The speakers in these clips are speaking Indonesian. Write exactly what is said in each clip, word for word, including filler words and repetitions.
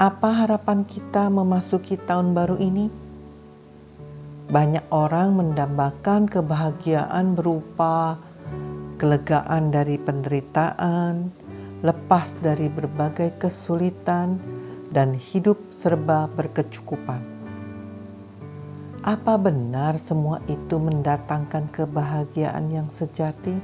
Apa harapan kita memasuki tahun baru ini? Banyak orang mendambakan kebahagiaan berupa kelegaan dari penderitaan, lepas dari berbagai kesulitan, dan hidup serba berkecukupan. Apa benar semua itu mendatangkan kebahagiaan yang sejati?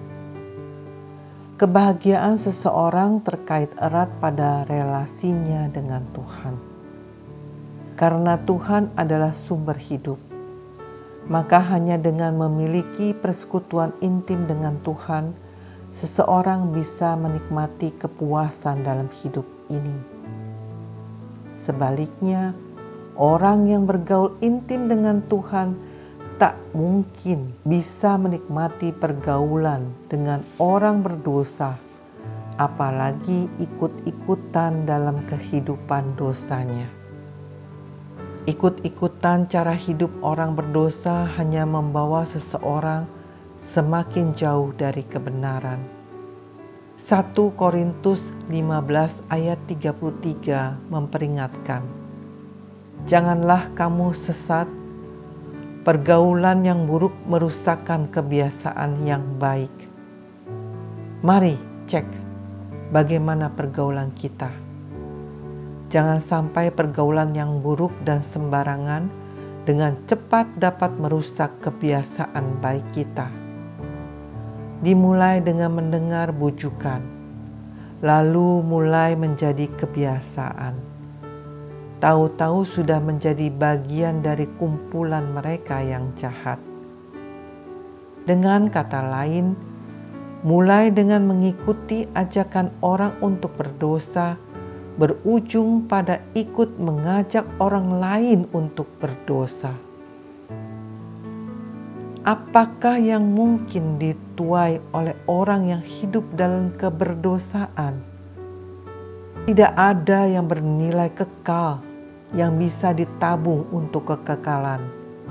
Kebahagiaan seseorang terkait erat pada relasinya dengan Tuhan. Karena Tuhan adalah sumber hidup, maka hanya dengan memiliki persekutuan intim dengan Tuhan, seseorang bisa menikmati kepuasan dalam hidup ini. Sebaliknya, orang yang bergaul intim dengan Tuhan tak mungkin bisa menikmati pergaulan dengan orang berdosa, apalagi ikut-ikutan dalam kehidupan dosanya. Ikut-ikutan cara hidup orang berdosa hanya membawa seseorang semakin jauh dari kebenaran. satu Korintus lima belas ayat tiga puluh tiga memperingatkan, "Janganlah kamu sesat. Pergaulan yang buruk merusakkan kebiasaan yang baik." Mari cek bagaimana pergaulan kita. Jangan sampai pergaulan yang buruk dan sembarangan dengan cepat dapat merusak kebiasaan baik kita. Dimulai dengan mendengar bujukan, lalu mulai menjadi kebiasaan. Tahu-tahu sudah menjadi bagian dari kumpulan mereka yang jahat. Dengan kata lain, mulai dengan mengikuti ajakan orang untuk berdosa, berujung pada ikut mengajak orang lain untuk berdosa. Apakah yang mungkin dituai oleh orang yang hidup dalam keberdosaan? Tidak ada yang bernilai kekal yang bisa ditabung untuk kekekalan.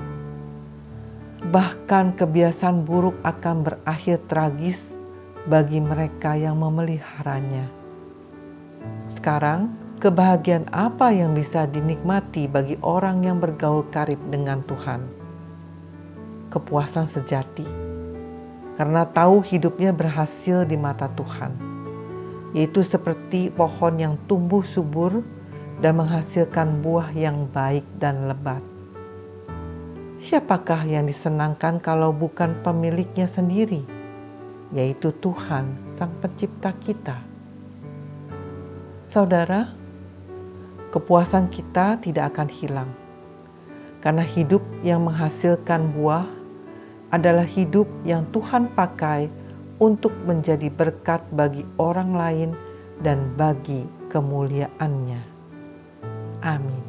Bahkan kebiasaan buruk akan berakhir tragis bagi mereka yang memeliharanya. Sekarang, kebahagiaan apa yang bisa dinikmati bagi orang yang bergaul karib dengan Tuhan? Kepuasan sejati, karena tahu hidupnya berhasil di mata Tuhan, yaitu seperti pohon yang tumbuh subur dan menghasilkan buah yang baik dan lebat. Siapakah yang disenangkan kalau bukan pemiliknya sendiri, yaitu Tuhan, Sang Pencipta kita? Saudara, kepuasan kita tidak akan hilang, karena hidup yang menghasilkan buah adalah hidup yang Tuhan pakai untuk menjadi berkat bagi orang lain dan bagi kemuliaan-Nya. Amin.